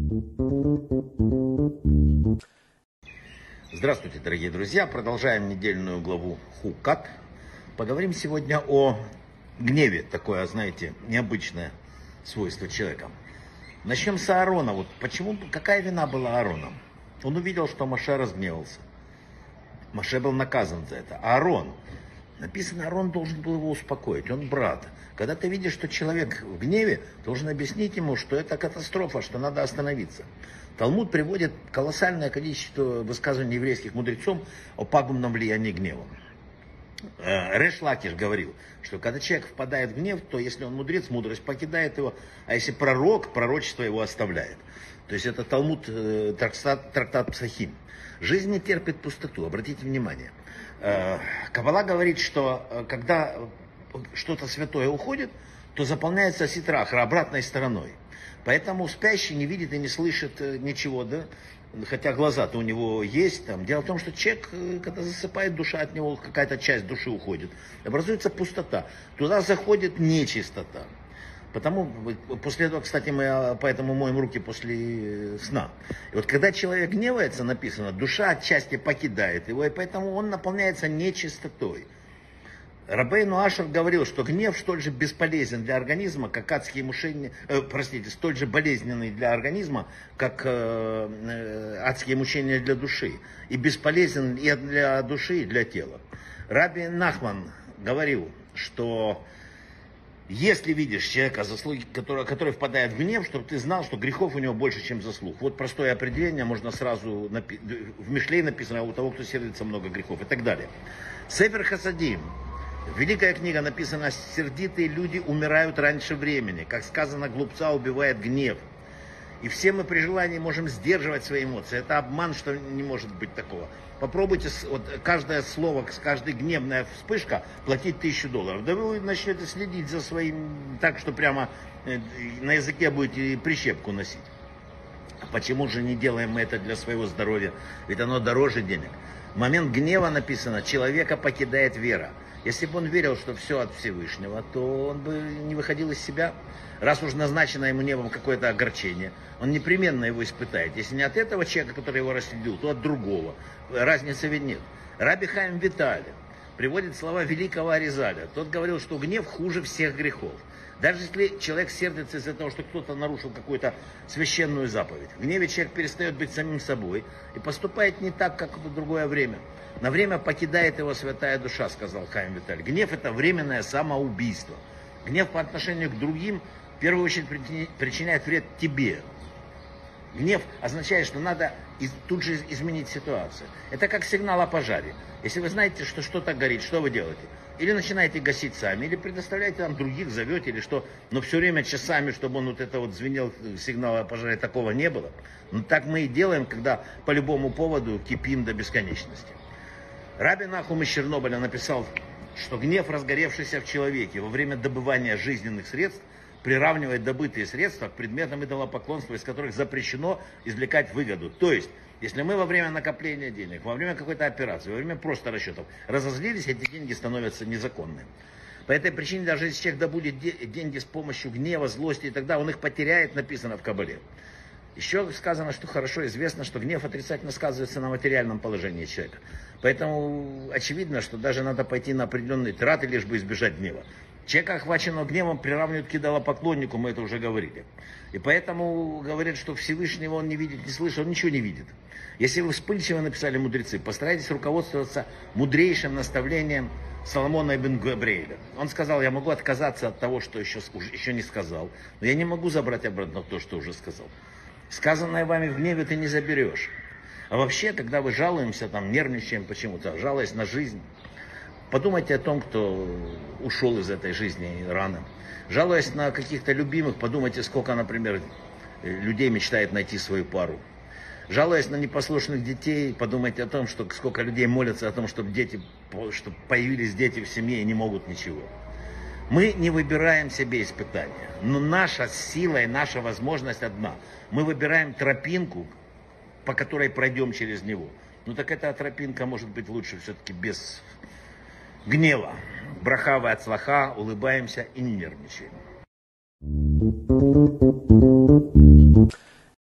Здравствуйте, дорогие друзья! Продолжаем недельную главу Хукат. Поговорим сегодня о гневе, такое, знаете, необычное свойство человека. Начнем с Аарона. Вот почему, какая вина была Аарона? Он увидел, что Моше разгневался. Моше был наказан за это. Аарон, написано, Аарон должен был его успокоить, он брат. Когда ты видишь, что человек в гневе, должен объяснить ему, что это катастрофа, что надо остановиться. Талмуд приводит колоссальное количество высказываний еврейских мудрецов о пагубном влиянии гнева. Реш Лакиш говорил, что когда человек впадает в гнев, то если он мудрец, мудрость покидает его, а если пророк, пророчество его оставляет. То есть это Талмуд, трактат Псахим. Жизнь не терпит пустоту, обратите внимание. Каббала говорит, что когда что-то святое уходит, то заполняется ситрахра обратной стороной. Поэтому спящий не видит и не слышит ничего, да? Хотя глаза-то у него есть. Там. Дело в том, что человек, когда засыпает, душа от него, какая-то часть души уходит. Образуется пустота. Туда заходит нечистота. Потому, после этого, кстати, мы поэтому моем руки после сна. И вот когда человек гневается, написано, душа отчасти покидает его, и поэтому он наполняется нечистотой. Рабейну Ашер говорил, что гнев столь же бесполезен для организма, как адские мучения, столь же болезненный для организма, как адские мучения для души. И бесполезен и для души, и для тела. Раби Нахман говорил, что если видишь человека, который впадает в гнев, чтобы ты знал, что грехов у него больше, чем заслуг. Вот простое определение, можно сразу, в Мишле написано, у того, кто сердится, много грехов и так далее. Сефер Хасадим. Великая книга написана, сердитые люди умирают раньше времени. Как сказано, глупца убивает гнев. И все мы при желании можем сдерживать свои эмоции. Это обман, что не может быть такого. Попробуйте вот, каждое слово, каждая гневная вспышка платить $1000. Да вы начнете следить за своим так, что прямо на языке будете прищепку носить. Почему же не делаем мы это для своего здоровья? Ведь оно дороже денег. В момент гнева написано, человека покидает вера. Если бы он верил, что все от Всевышнего, то он бы не выходил из себя. Раз уж назначено ему небом какое-то огорчение, он непременно его испытает. Если не от этого человека, который его рассудил, то от другого. Разницы ведь нет. Раби Хаим Виталий приводит слова великого Аризаля. Тот говорил, что гнев хуже всех грехов. Даже если человек сердится из-за того, что кто-то нарушил какую-то священную заповедь. В гневе человек перестает быть самим собой и поступает не так, как в другое время. На время покидает его святая душа, сказал Хаим Виталий. Гнев — это временное самоубийство. Гнев по отношению к другим в первую очередь причиняет вред тебе. Гнев означает, что надо тут же изменить ситуацию. Это как сигнал о пожаре. Если вы знаете, что что-то горит, что вы делаете? Или начинаете гасить сами, или предоставляете там других, зовете, или что. Но все время часами, чтобы он вот это вот звенел, сигнал о пожаре, такого не было. Но так мы и делаем, когда по любому поводу кипим до бесконечности. Раби Нахум из Чернобыля написал, что гнев, разгоревшийся в человеке во время добывания жизненных средств, приравнивает добытые средства к предметам идолопоклонства, из которых запрещено извлекать выгоду. То есть, если мы во время накопления денег, во время какой-то операции, во время просто расчетов разозлились, эти деньги становятся незаконными. По этой причине, даже если человек добудет деньги с помощью гнева, злости, и тогда он их потеряет, написано в Кабале. Еще сказано, что хорошо известно, что гнев отрицательно сказывается на материальном положении человека. Поэтому очевидно, что даже надо пойти на определенные траты, лишь бы избежать гнева. Человека, охваченного гневом, приравнивают к идолопоклоннику, мы это уже говорили. И поэтому говорят, что Всевышнего он не видит, не слышит, он ничего не видит. Если вы вспыльчиво, написали мудрецы, постарайтесь руководствоваться мудрейшим наставлением Соломона ибн Габриэля. Он сказал, я могу отказаться от того, что еще не сказал, но я не могу забрать обратно то, что уже сказал. Сказанное вами в гневе ты не заберешь. А вообще, когда вы жалуемся, там, нервничаем почему-то, жалуясь на жизнь, подумайте о том, кто ушел из этой жизни рано. Жалуясь на каких-то любимых, подумайте, сколько, например, людей мечтает найти свою пару. Жалуясь на непослушных детей, подумайте о том, что сколько людей молятся о том, чтобы появились дети в семье и не могут ничего. Мы не выбираем себе испытания, но наша сила и наша возможность одна. Мы выбираем тропинку, по которой пройдем через него. Ну так эта тропинка может быть лучше все-таки без гнева. Браха ва ацлаха, улыбаемся и не нервничаем.